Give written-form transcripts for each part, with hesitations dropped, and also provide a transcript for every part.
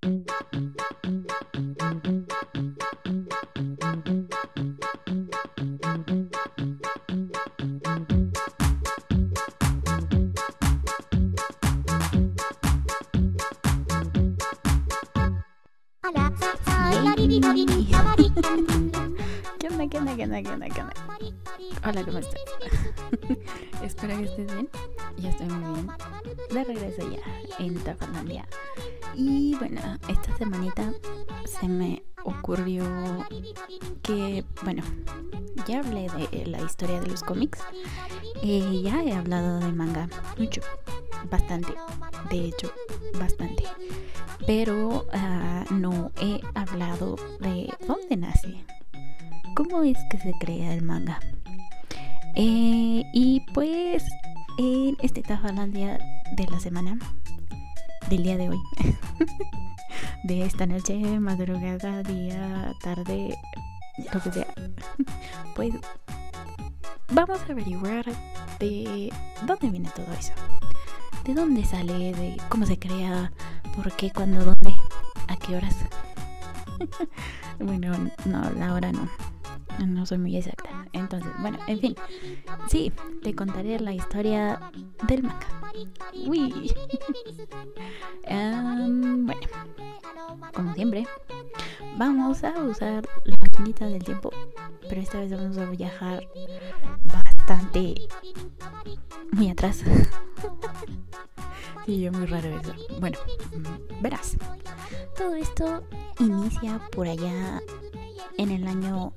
¿Qué onda? Hola, ¿cómo estás? Espero que estés bien. Yo estoy muy bien. De regreso ya en Tafalandia. Y bueno, esta semanita se me ocurrió que, bueno, ya hablé de la historia de los cómics. Ya he hablado de manga mucho, bastante, de hecho, bastante. Pero no he hablado de dónde nace, cómo es que se crea el manga. Y pues en este Tafalandia de la semana, del día de hoy, de esta noche, madrugada, día, tarde, lo que sea, pues vamos a averiguar de dónde viene todo eso, de dónde sale, de cómo se crea, por qué, cuándo, dónde, a qué horas. Bueno, no, la hora no soy muy exacta. Entonces, bueno, en fin, sí, te contaré la historia del manga. Uy. Bueno, como siempre, vamos a usar la maquinita del tiempo, pero esta vez vamos a viajar bastante, muy atrás. Sí, yo muy raro eso. Bueno, verás, todo esto inicia por allá en el año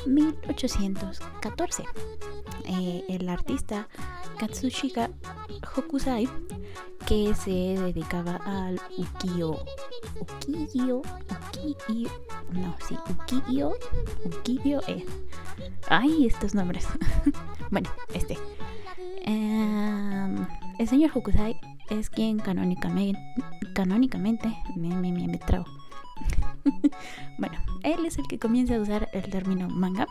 1814. El artista Katsushika Hokusai, que se dedicaba al ukiyo, ay, estos nombres. Bueno, el señor Hokusai es quien canónicamente me trabo. Bueno, él es el que comienza a usar el término manga.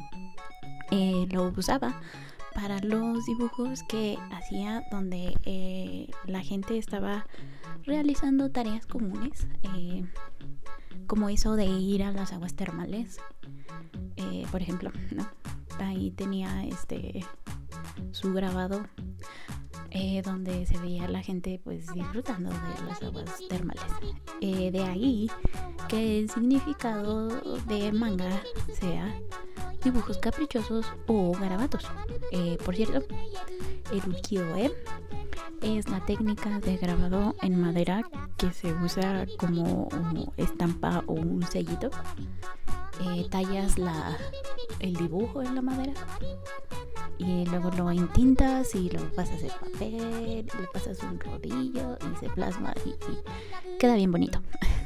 Lo usaba para los dibujos que hacía donde la gente estaba realizando tareas comunes, como eso de ir a las aguas termales, por ejemplo, ¿no? Ahí tenía su grabado, donde se veía a la gente pues disfrutando de las aguas termales. De ahí que el significado de manga sea dibujos caprichosos o garabatos. Por cierto, el ukiyo-e es la técnica de grabado en madera que se usa como estampa o un sellito. Tallas el dibujo en la madera y luego lo entintas y lo pasas el papel, le pasas un rodillo y se plasma y queda bien bonito.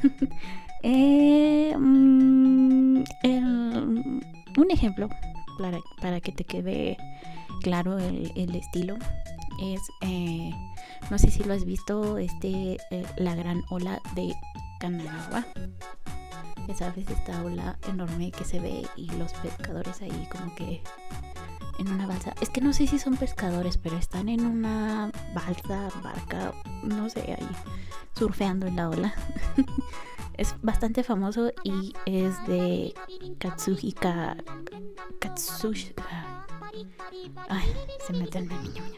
Un ejemplo para que te quede claro el estilo es, no sé si lo has visto, la gran ola de Kanagawa. Ya sabes, esta ola enorme que se ve y los pescadores ahí como que en una balsa. Es que no sé si son pescadores, pero están en una balsa, barca, no sé, ahí surfeando en la ola. Es bastante famoso y es de Katsushika. Ay, se me termina mi ñoña.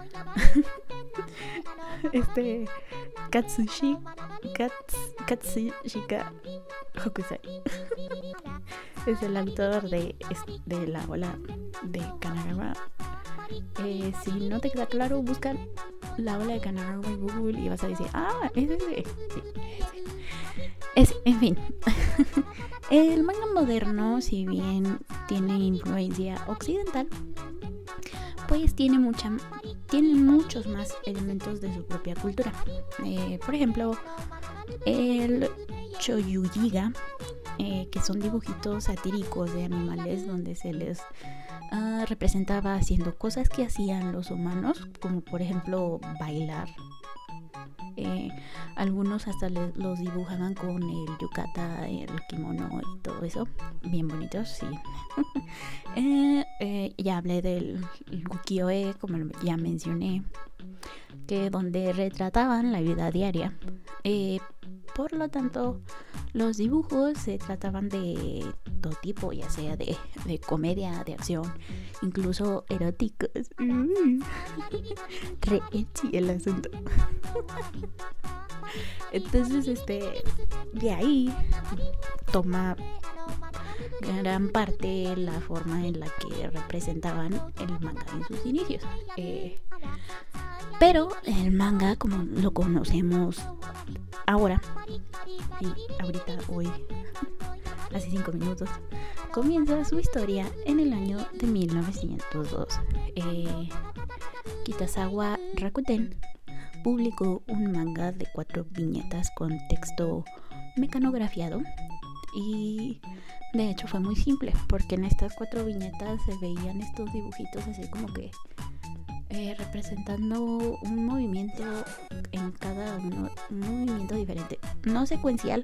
Katsushika Hokusai es el autor de la ola de Kanagawa. Si no te queda claro, busca la ola de Kanagawa en Google y vas a decir, es ese. En fin. El manga moderno, si bien tiene influencia occidental, pues tiene muchos más elementos de su propia cultura. Por ejemplo, el shoyujiga, que son dibujitos satíricos de animales donde se les representaba haciendo cosas que hacían los humanos, como por ejemplo bailar, Algunos hasta los dibujaban con el yukata, el kimono y todo eso. Bien bonitos, sí. Ya hablé del ukiyo-e, como ya mencioné, que donde retrataban la vida diaria. Por lo tanto, los dibujos se trataban de todo tipo, ya sea de comedia, de acción, incluso eróticos. Re ecchi el asunto. Entonces, de ahí toma gran parte la forma en la que representaban el manga en sus inicios. Pero el manga, como lo conocemos ahora, y ahorita, hoy, hace 5 minutos, comienza su historia en el año de 1902. Kitazawa Rakuten publicó un manga de 4 viñetas con texto mecanografiado, y de hecho fue muy simple, porque en estas 4 viñetas se veían estos dibujitos así como que representando un movimiento en cada uno, un movimiento diferente, no secuencial,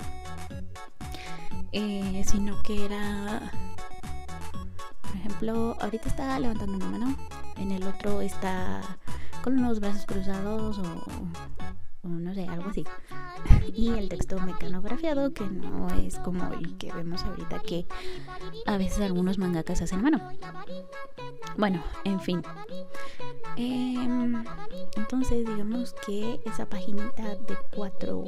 sino que era, por ejemplo, ahorita está levantando una mano, en el otro está con los brazos cruzados o no sé, algo así. Y el texto mecanografiado, que no es como el que vemos ahorita, que a veces algunos mangakas hacen a mano. Bueno, en fin. Entonces digamos que esa paginita de 4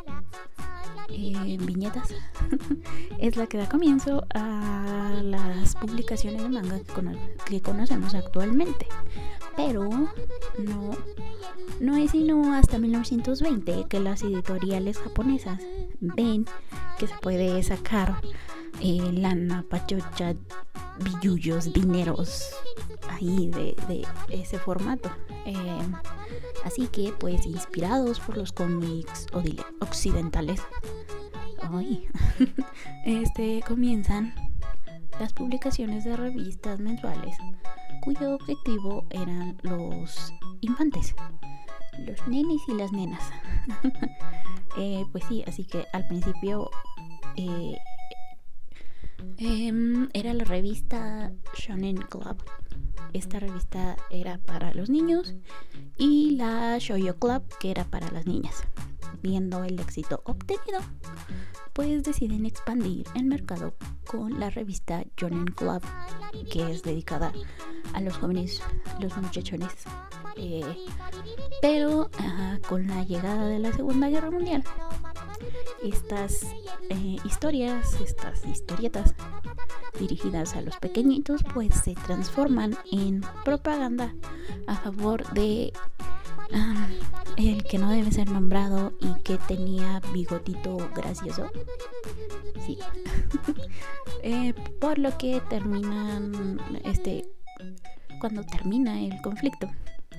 viñetas es la que da comienzo a las publicaciones de manga que conocemos actualmente. Pero no es sino hasta 1920 que las editoriales japonesas ven que se puede sacar lana, pachocha, billullos, dineros ahí de ese formato. Así que, pues, inspirados por los cómics occidentales, comienzan las publicaciones de revistas mensuales cuyo objetivo eran los infantes, los nenes y las nenas. Pues sí, así que al principio era la revista Shonen Club. Esta revista era para los niños, y la Shoujo Club, que era para las niñas. Viendo el éxito obtenido, pues deciden expandir el mercado con la revista Shonen Club, que es dedicada a los jóvenes, los muchachones. Pero con la llegada de la Segunda Guerra Mundial, estas historietas dirigidas a los pequeñitos, pues se transforman en propaganda a favor de el que no debe ser nombrado y que tenía bigotito gracioso. Sí. Por lo que terminan cuando termina el conflicto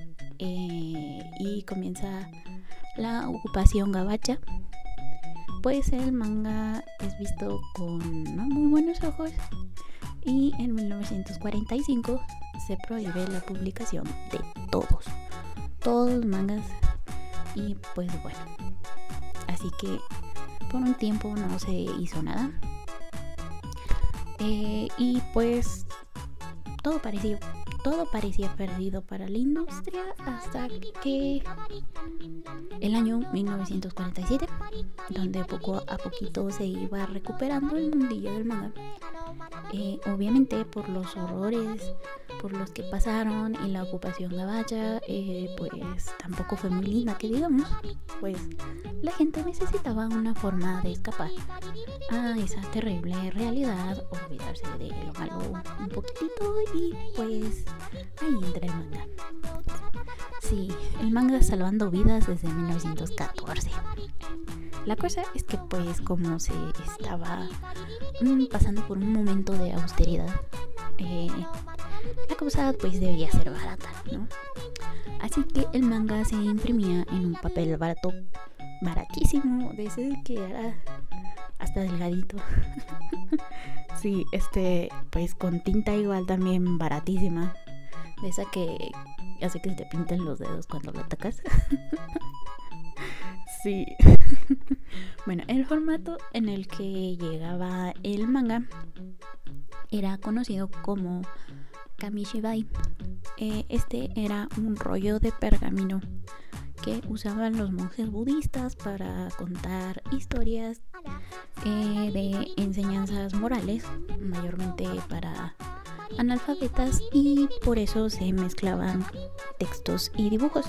y comienza la ocupación gabacha, pues el manga es visto con no muy buenos ojos, y en 1945 se prohíbe la publicación de todos los mangas. Y pues bueno, así que por un tiempo no se hizo nada, y pues todo parecía perdido para la industria, hasta que el año 1947, donde poco a poquito se iba recuperando el mundillo del manga, obviamente por los horrores por los que pasaron en la ocupación gabacha, pues tampoco fue muy linda, que digamos. Pues la gente necesitaba una forma de escapar a esa terrible realidad, olvidarse de lo malo un poquitito, y pues ahí entra el manga. Sí, el manga salvando vidas desde 1914. La cosa es que, pues, como se estaba pasando por un momento de austeridad, la cosa pues debía ser barata, ¿no? Así que el manga se imprimía en un papel baratísimo, de ese que era hasta delgadito. Sí, pues con tinta igual también baratísima, de esa que hace que se te pinten los dedos cuando lo tocas. Sí. Bueno, el formato en el que llegaba el manga era conocido como Kamishibai. Este era un rollo de pergamino que usaban los monjes budistas para contar historias de enseñanzas morales, mayormente para analfabetas, y por eso se mezclaban textos y dibujos.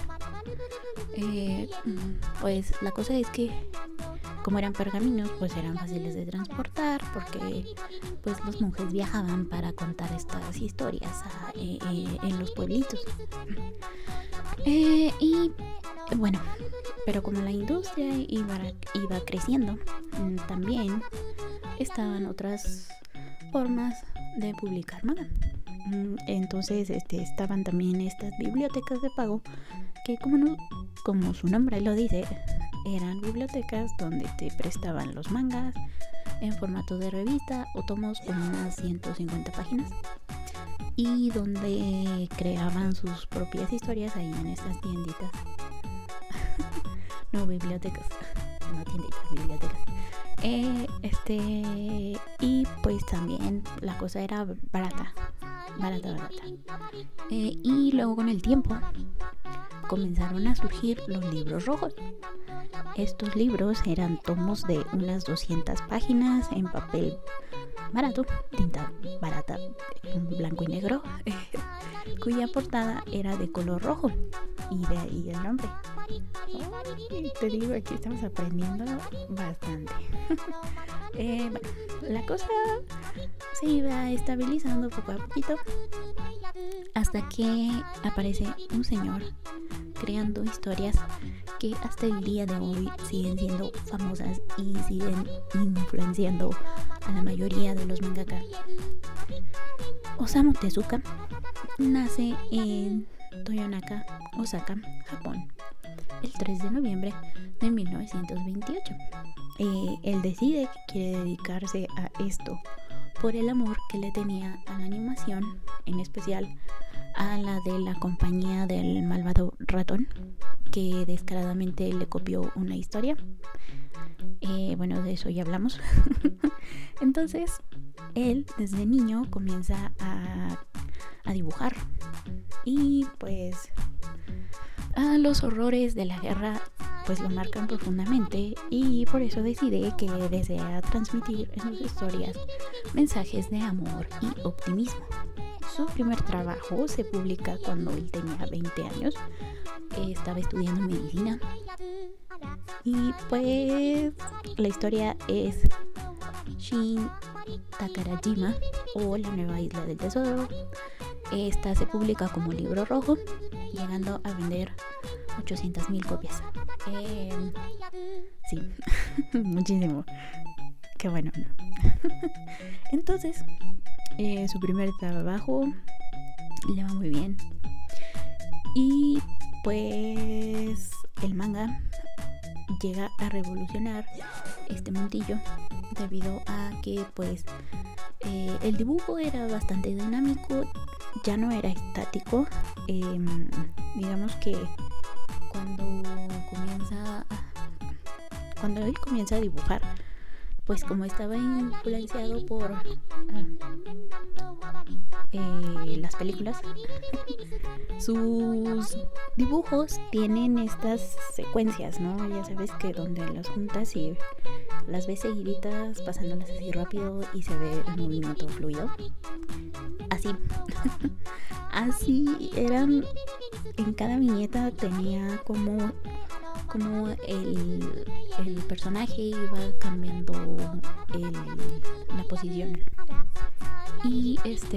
Pues la cosa es que como eran pergaminos, pues eran fáciles de transportar, porque pues los monjes viajaban para contar estas historias en los pueblitos. Y bueno, pero como la industria iba creciendo, también estaban otras formas de publicar manga. Entonces estaban también estas bibliotecas de pago que, como su nombre lo dice, eran bibliotecas donde te prestaban los mangas en formato de revista o tomos con unas 150 páginas, y donde creaban sus propias historias ahí en estas tienditas. No bibliotecas, no tienditas, bibliotecas. Y pues también la cosa era barata. Y luego con el tiempo comenzaron a surgir los libros rojos. Estos libros eran tomos de unas 200 páginas en papel barato, tinta barata, en blanco y negro, cuya portada era de color rojo, y de ahí el nombre. Te digo, aquí estamos aprendiendo bastante. Bueno, la cosa se iba estabilizando poco a poquito, hasta que aparece un señor creando historias que hasta el día de hoy siguen siendo famosas y siguen influenciando a la mayoría de los mangaka. Osamu Tezuka nace en Toyonaka, Osaka, Japón, el 3 de noviembre de 1928. Él decide que quiere dedicarse a esto por el amor que le tenía a la animación, en especial a la de la compañía del malvado ratón, que descaradamente le copió una historia. Bueno, de eso ya hablamos. Entonces, él desde niño comienza a dibujar, y pues los horrores de la guerra pues lo marcan profundamente, y por eso decide que desea transmitir en sus historias mensajes de amor y optimismo. Su primer trabajo se publica cuando él tenía 20 años. Estaba estudiando medicina, y pues la historia es Shin Takarajima, o La Nueva Isla del Tesoro. Esta se publica como libro rojo, llegando a vender 800,000 copias. Sí, muchísimo. Qué bueno, ¿no? Entonces, su primer trabajo le va muy bien, y pues el manga llega a revolucionar este mundillo, debido a que pues el dibujo era bastante dinámico, ya no era estático. Digamos que cuando él comienza a dibujar, pues como estaba influenciado por las películas, sus dibujos tienen estas secuencias, ¿no? Ya sabes que donde las juntas y las ves seguiditas, pasándolas así rápido, y se ve el movimiento fluido. Así. Así eran. En cada viñeta tenía como el personaje iba cambiando la posición. Y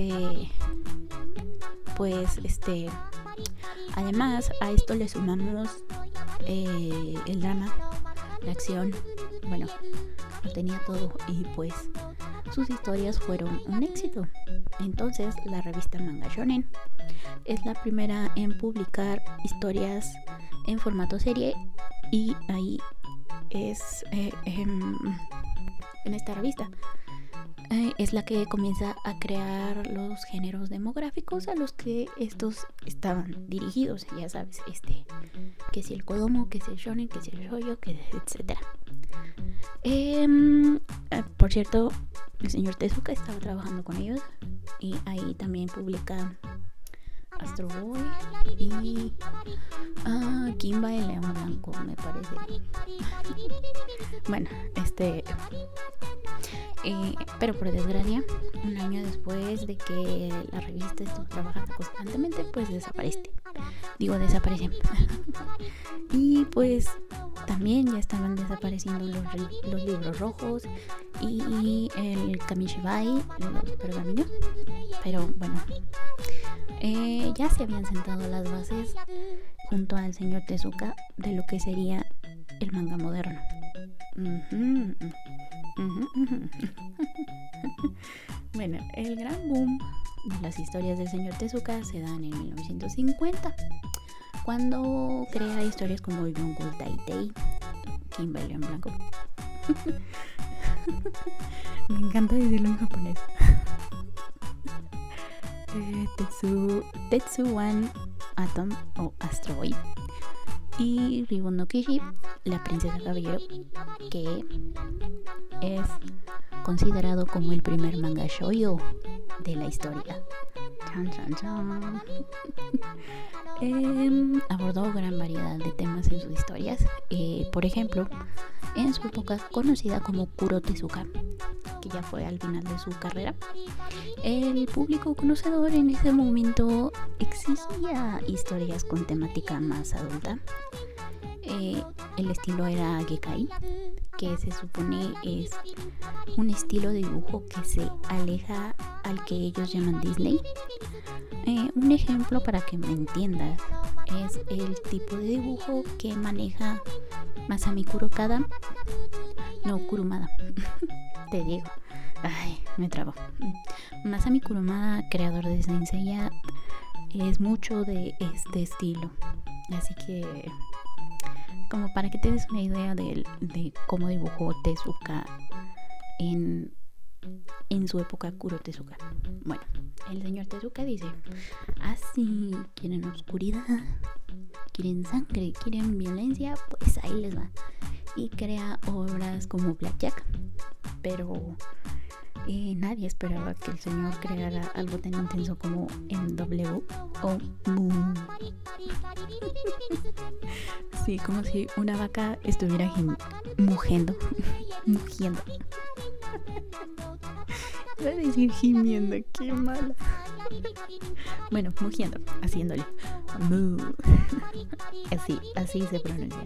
pues además a esto le sumamos el drama, la acción. Bueno, lo tenía todo, y pues sus historias fueron un éxito. Entonces la revista Manga Shonen es la primera en publicar historias en formato serie, y ahí es en esta revista es la que comienza a crear los géneros demográficos a los que estos estaban dirigidos. Ya sabes, que si el kodomo, que si el shonen, que si el shoujo, que etcétera. Por cierto, el señor Tezuka estaba trabajando con ellos y ahí también publica Astro Boy y Kimba el León Blanco, me parece. Bueno, pero por desgracia, un año después de que la revista estuvo trabajando constantemente, pues desaparece. Y pues también ya estaban desapareciendo los libros rojos y el Kamishibai, los pergaminos. Pero bueno, ya se habían sentado las bases junto al señor Tezuka de lo que sería el manga moderno. Bueno, el gran boom de las historias del señor Tezuka se dan en 1950, cuando crea historias como Yonko Taitei, Kimba el León Blanco. Me encanta decirlo en japonés. Tetsuwan Atom o Astro Boy y Ribbon no Kishi, la princesa caballero, que es considerado como el primer manga shoujo de la historia. Chan, chan, chan. Abordó gran variedad de temas en sus historias. Por ejemplo, en su época conocida como Kuro Tezuka, que ya fue al final de su carrera, el público conocedor en ese momento exigía historias con temática más adulta. El estilo era Gekai, que se supone es un estilo de dibujo que se aleja al que ellos llaman Disney. Un ejemplo para que me entiendas es el tipo de dibujo que maneja Masami Kurumada. Te digo, me trabo. Masami Kurumada, creador de Saint Seiya, es mucho de este estilo. Así que, como para que te des una idea de cómo dibujó Tezuka en su época Kuro Tezuka. Bueno, el señor Tezuka dice: así quieren oscuridad, quieren sangre, quieren violencia, pues ahí les va. Y crea obras como Blackjack, pero nadie esperaba que el señor creara algo tan intenso como MW o Moo. Sí, como si una vaca estuviera mugiendo. Iba a decir gimiendo, qué mala. Bueno, mugiendo, haciéndole Moo. Así se pronuncia.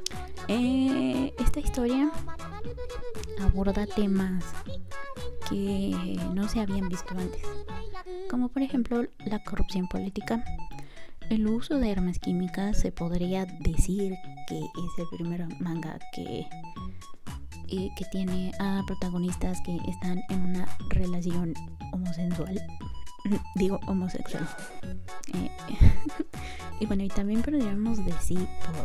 Esta historia aborda temas que no se habían visto antes, como por ejemplo la corrupción política, el uso de armas químicas. Se podría decir que es el primer manga que tiene a protagonistas que están en una relación homosexual. Y bueno, y también podríamos decir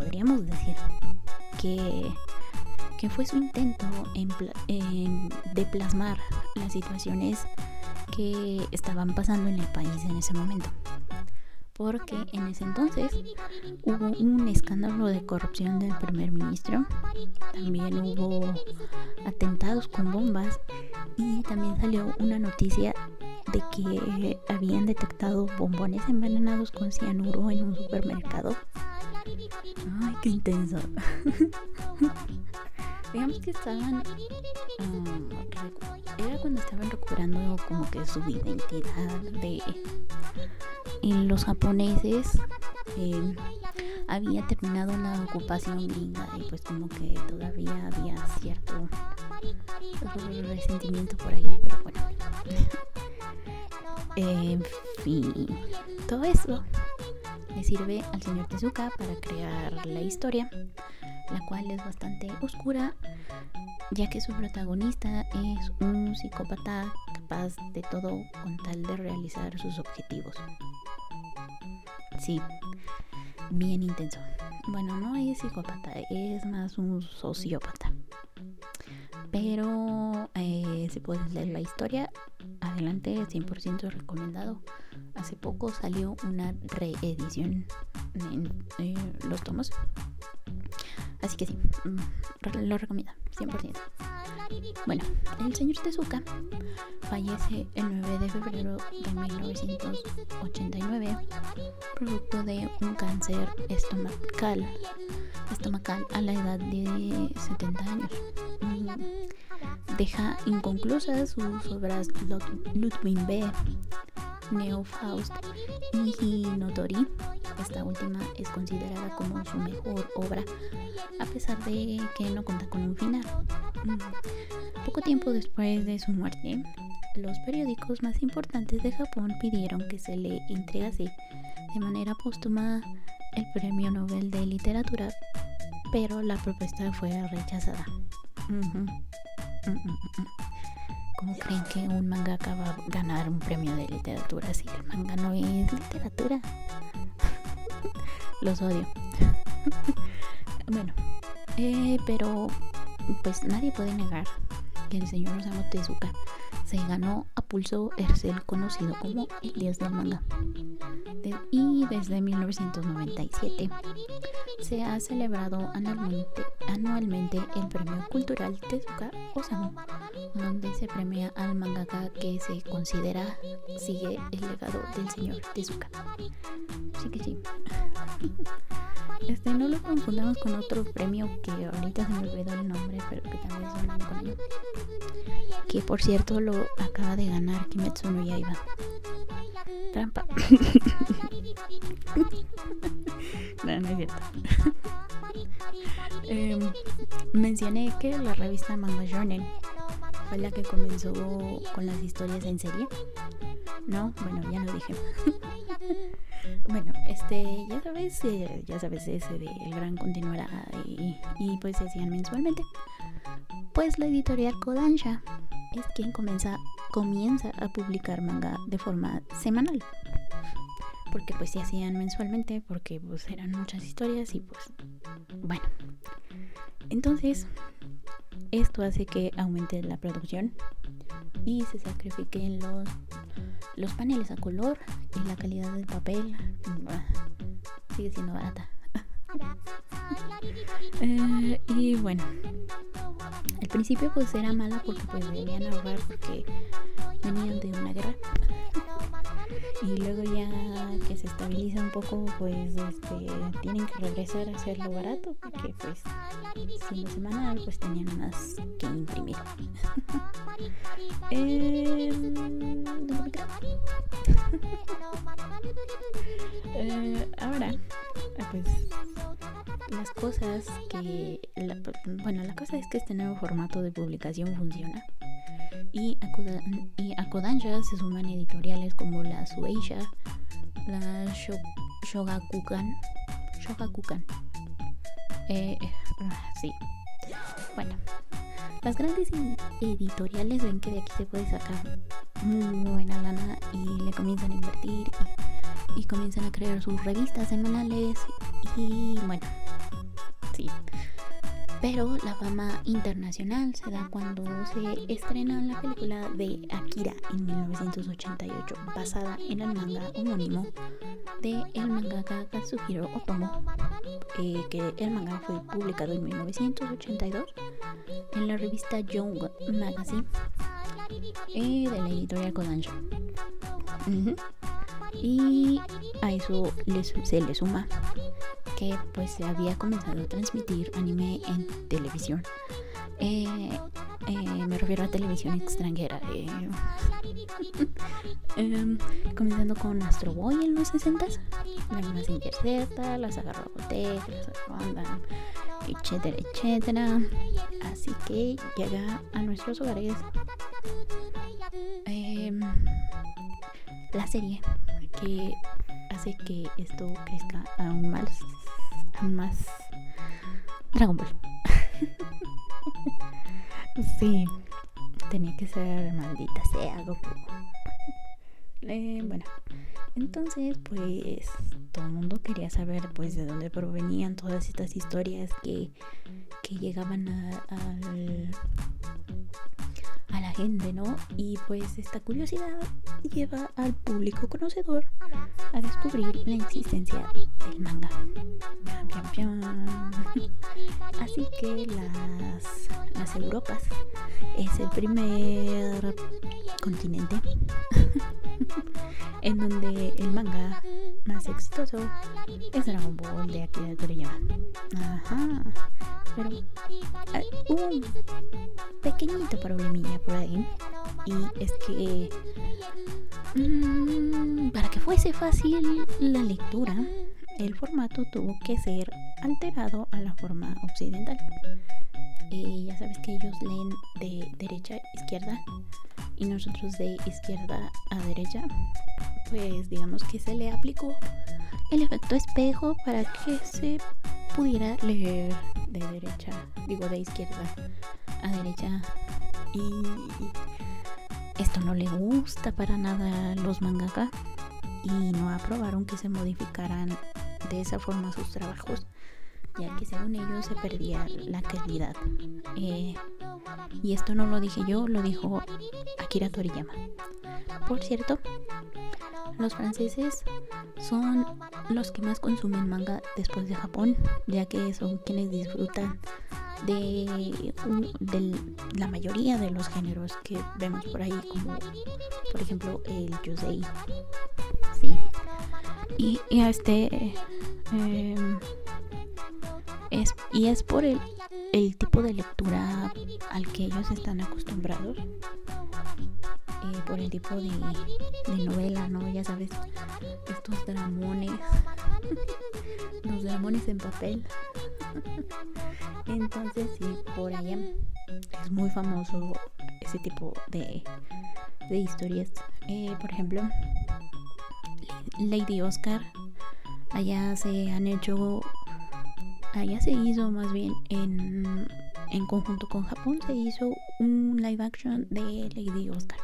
que fue su intento de plasmar las situaciones que estaban pasando en el país en ese momento, porque en ese entonces hubo un escándalo de corrupción del primer ministro, también hubo atentados con bombas y también salió una noticia de que habían detectado bombones envenenados con cianuro en un supermercado. Ay, qué intenso. Digamos que estaban era cuando estaban recuperando como que su identidad en los japoneses. Había terminado la ocupación gringa y pues como que todavía había cierto resentimiento por ahí, pero bueno. En fin, todo eso le sirve al señor Tezuka para crear la historia, la cual es bastante oscura, ya que su protagonista es un psicópata capaz de todo con tal de realizar sus objetivos. Sí, bien intenso. Bueno, no es psicópata, es más un sociópata. Pero si puedes leer la historia, adelante, 100% recomendado. Hace poco salió una reedición en los tomos, así que sí, lo recomiendo 100%. Bueno, el señor Tezuka fallece el 9 de febrero de 1989 producto de un cáncer estomacal a la edad de 70 años. Deja inconclusas sus obras Ludwig B, Neofaust y Hinotori. Esta última es considerada como su mejor obra, a pesar de que no cuenta con un final. Poco tiempo después de su muerte, los periódicos más importantes de Japón pidieron que se le entregase de manera póstuma el Premio Nobel de Literatura, pero la propuesta fue rechazada. ¿Cómo creen que un mangaka va a ganar un premio de literatura si el manga no es literatura? Los odio. Bueno, pero pues nadie puede negar que el señor Osamu Tezuka se ganó a pulso el ser conocido como el dios del manga. Y desde 1997 se ha celebrado anualmente el Premio Cultural Tezuka Osamu, donde se premia al mangaka que se considera sigue el legado del señor Tezuka. Sí que sí. No lo confundamos con otro premio que ahorita se me olvidó el nombre, pero que también es un año con ello. Que por cierto lo acaba de ganar Kimetsu no Yaiba. Trampa. No es cierto. Mencioné que la revista Manga Journal fue la que comenzó con las historias en serie. No, bueno, ya lo dije. Bueno, ya sabes ese de El Gran Continuará y pues se hacían mensualmente. Pues la editorial Kodansha es quien comienza a publicar manga de forma semanal, porque pues se hacían mensualmente, porque pues eran muchas historias y pues bueno, entonces esto hace que aumente la producción y se sacrifiquen los paneles a color y la calidad del papel sigue siendo barata. Y bueno, al principio pues era mala porque pues debían ahorrar porque venían de una guerra, y luego ya que se estabiliza un poco pues tienen que regresar a hacerlo barato porque pues siendo semanal pues tenían más que imprimir. ¿Dónde me quedo? Ahora pues las cosas que la cosa es que este nuevo formato de publicación funciona y a Kodansha se suman editoriales como la Shueisha, la Shogakukan. Sí, bueno, las grandes editoriales ven que de aquí se puede sacar muy buena lana y le comienzan a invertir y comienzan a crear sus revistas semanales y bueno, sí. Pero la fama internacional se da cuando se estrena la película de Akira en 1988, basada en el manga homónimo de el mangaka Kazuhiro Otomo, que el manga fue publicado en 1982 en la revista Young Magazine de la editorial Kodansha. Y a eso se le suma que pues se había comenzado a transmitir anime en televisión. Me refiero a televisión extranjera. Comenzando con Astro Boy en los 60s, la Mazinger Z, la saga Robotech, la saga Gundam, etcétera, etcétera. Así que llega a nuestros hogares la serie que hace que esto crezca aún más Dragon Ball. Sí, tenía que ser, maldita sea, Goku. Bueno, entonces pues todo el mundo quería saber pues de dónde provenían todas estas historias que llegaban a la gente, ¿no? Y pues esta curiosidad lleva al público conocedor a descubrir la existencia del manga. Pian, pian, pian. Así que las Europas es el primer continente en donde el manga más exitoso es Dragon Ball de Akira Toriyama. Ajá. Pero hubo un pequeñito problemilla por ahí, y es que para que fuese fácil la lectura, el formato tuvo que ser alterado a la forma occidental. Ya sabes que ellos leen de derecha a izquierda y nosotros de izquierda a derecha. Pues digamos que se le aplicó el efecto espejo para que se pudiera leer de izquierda a derecha. Y esto no le gusta para nada a los mangaka y no aprobaron que se modificaran de esa forma sus trabajos, ya que según ellos se perdía la calidad. Y esto no lo dije yo, lo dijo Akira Toriyama. Por cierto, los franceses son los que más consumen manga después de Japón, ya que son quienes disfrutan de la mayoría de los géneros que vemos por ahí, como por ejemplo el yosei. Sí. Y es por el tipo de lectura al que ellos están acostumbrados, por el tipo de novela, ¿no? Ya sabes, estos dramones, los dramones en papel. Entonces, sí, por allá es muy famoso ese tipo de historias. Por ejemplo, Lady Oscar, allá se hizo más bien en conjunto con Japón, se hizo un live action de Lady Oscar.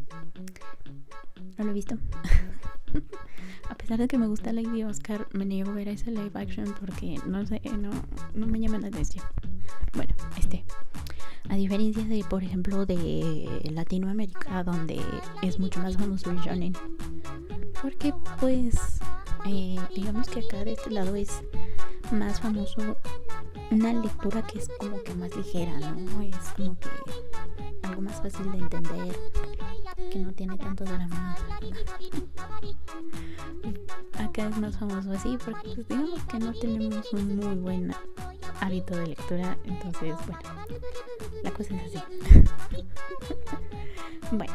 No lo he visto. A pesar de que me gusta Lady Oscar, me niego a ver ese live action porque no sé, no me llama la atención. Bueno, a diferencia de, por ejemplo, de Latinoamérica, donde es mucho más famoso el shonen, porque pues digamos que acá de este lado es más famoso una lectura que es como que más ligera, ¿no? Es como que algo más fácil de entender, que no tiene tanto drama. Acá es más famoso así porque pues digamos que no tenemos un muy buen hábito de lectura, entonces bueno, la cosa es así. Bueno.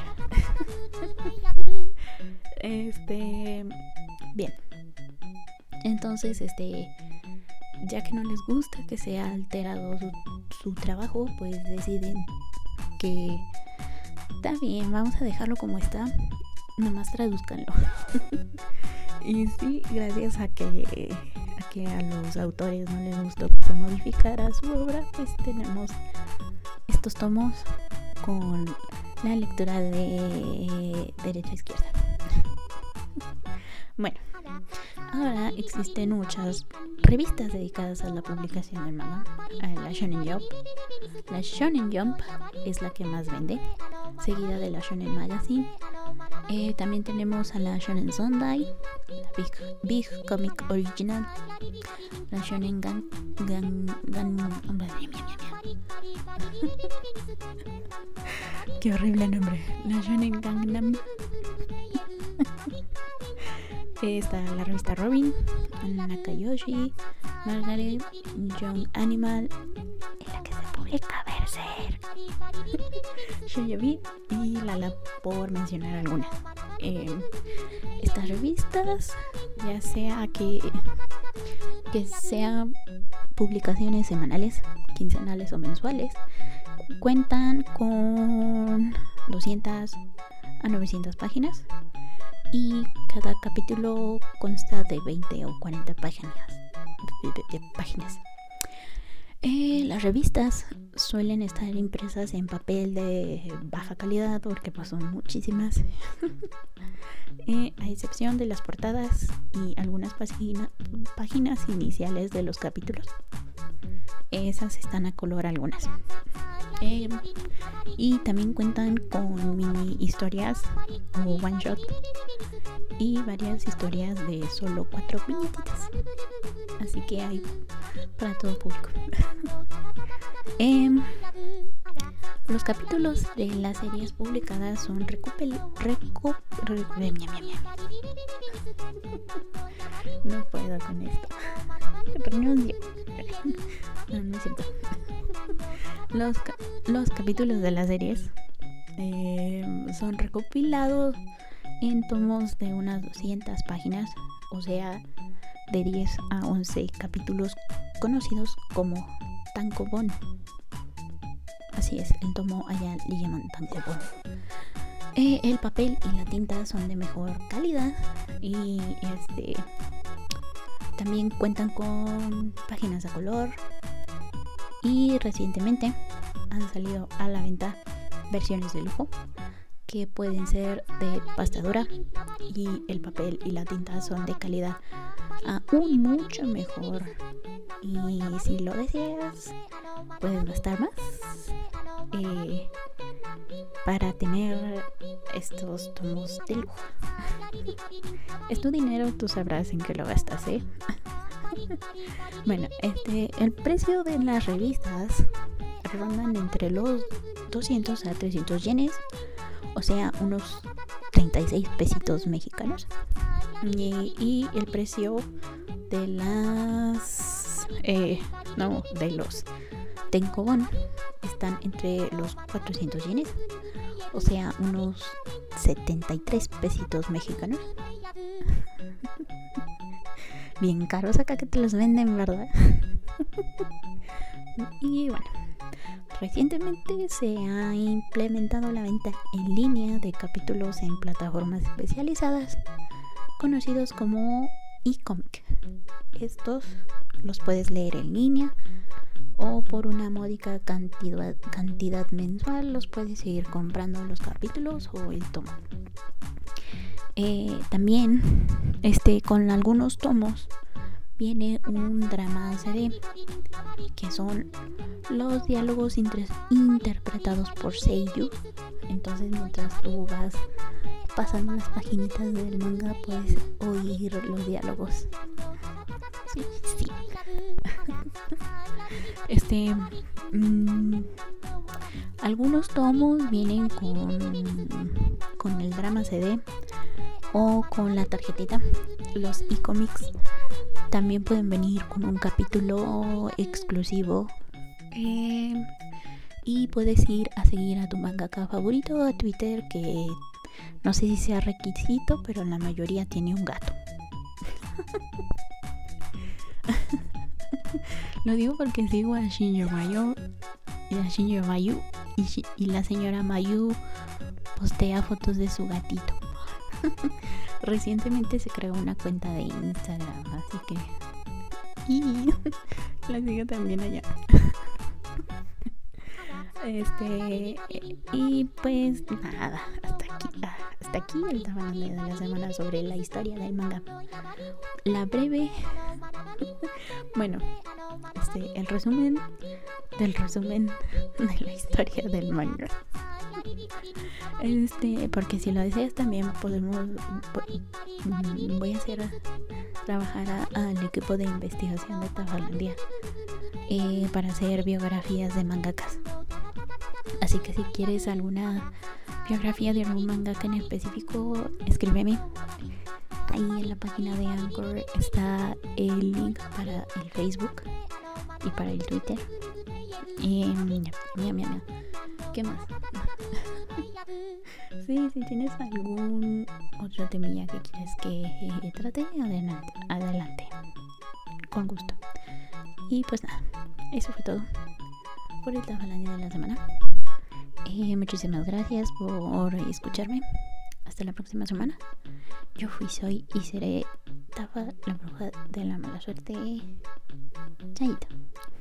Bien. Entonces, ya que no les gusta que sea alterado su trabajo, pues deciden que está bien, vamos a dejarlo como está, nomás tradúzcanlo. Y sí, gracias a que a los autores no les gustó que se modificara su obra, pues tenemos estos tomos con la lectura de derecha a izquierda. Bueno, ahora existen muchas revistas dedicadas a la publicación del manga. La Shonen Jump. La Shonen Jump es la que más vende, seguida de la Shonen Magazine. También tenemos a la Shonen Sunday, la Big Comic Original, la Shonen Qué horrible nombre. La Shonen Gangnam. Está la revista Robin, Nakayoshi, Margaret, Young Animal, en la que se publica Berserk, Shoujo Beat y Lala, por mencionar alguna. Estas revistas, ya sea que sean publicaciones semanales, quincenales o mensuales, cuentan con 200 a 900 páginas. Y cada capítulo consta de 20 o 40 páginas. Las revistas suelen estar impresas en papel de baja calidad porque pues son muchísimas. A excepción de las portadas y algunas páginas iniciales de los capítulos. esas están a color algunas. Y también cuentan con mini historias o one shot y varias historias de solo 4 viñetitas, así que hay para todo público. Los capítulos de las series publicadas son no puedo con esto. Renuncio. No es cierto. Los capítulos de las series son recopilados en tomos de unas 200 páginas, o sea, de 10 a 11 capítulos conocidos como tankobon. Así es, el tomo allá le llaman tankobon. El papel y la tinta son de mejor calidad y también cuentan con páginas a color, y recientemente han salido a la venta versiones de lujo que pueden ser de pasta dura, y el papel y la tinta son de calidad aún mucho mejor, y si lo deseas puedes gastar más para tener estos tomos de lujo. Es tu dinero, tú sabrás en qué lo gastas, ¿eh? Bueno, el precio de las revistas rondan entre los 200 a 300 yenes, o sea, unos 36 pesitos mexicanos. Y el precio de de los tankobon están entre los 400 yenes, o sea, unos 73 pesitos mexicanos. Bien caros acá que te los venden, ¿verdad? Y bueno, recientemente se ha implementado la venta en línea de capítulos en plataformas especializadas conocidos como e-comic. Estos los puedes leer en línea o por una módica cantidad mensual los puedes seguir comprando los capítulos o el tomo. También con algunos tomos viene un drama CD, que son los diálogos interpretados por seiyuu. Entonces mientras tú vas pasando las paginitas del manga puedes oír los diálogos. Sí. Algunos tomos vienen con el drama CD o con la tarjetita. Los e-comics también pueden venir con un capítulo exclusivo, y puedes ir a seguir a tu mangaka favorito a Twitter, que no sé si sea requisito, pero la mayoría tiene un gato. Lo digo porque sigo a Shinjo Mayu y la señora Mayu postea fotos de su gatito. Recientemente se creó una cuenta de Instagram, así que la sigo también allá. Y pues nada, hasta aquí el tabanande de la semana sobre la historia del manga. La breve bueno, el resumen del resumen de la historia del manga. Porque si lo deseas también voy a hacer trabajar al equipo de investigación de Tafalandia para hacer biografías de mangakas. Así que si quieres alguna biografía de algún mangaka en específico, escríbeme. Ahí en la página de Anchor está el link para el Facebook y para el Twitter. ¿Qué más? Sí, si tienes algún otro temilla que quieres que trate, adelante, con gusto. Y pues nada, eso fue todo por el Tafalandia de la semana. Muchísimas gracias por escucharme. Hasta la próxima semana. Yo soy y seré Tafa, la bruja de la mala suerte. Chaito.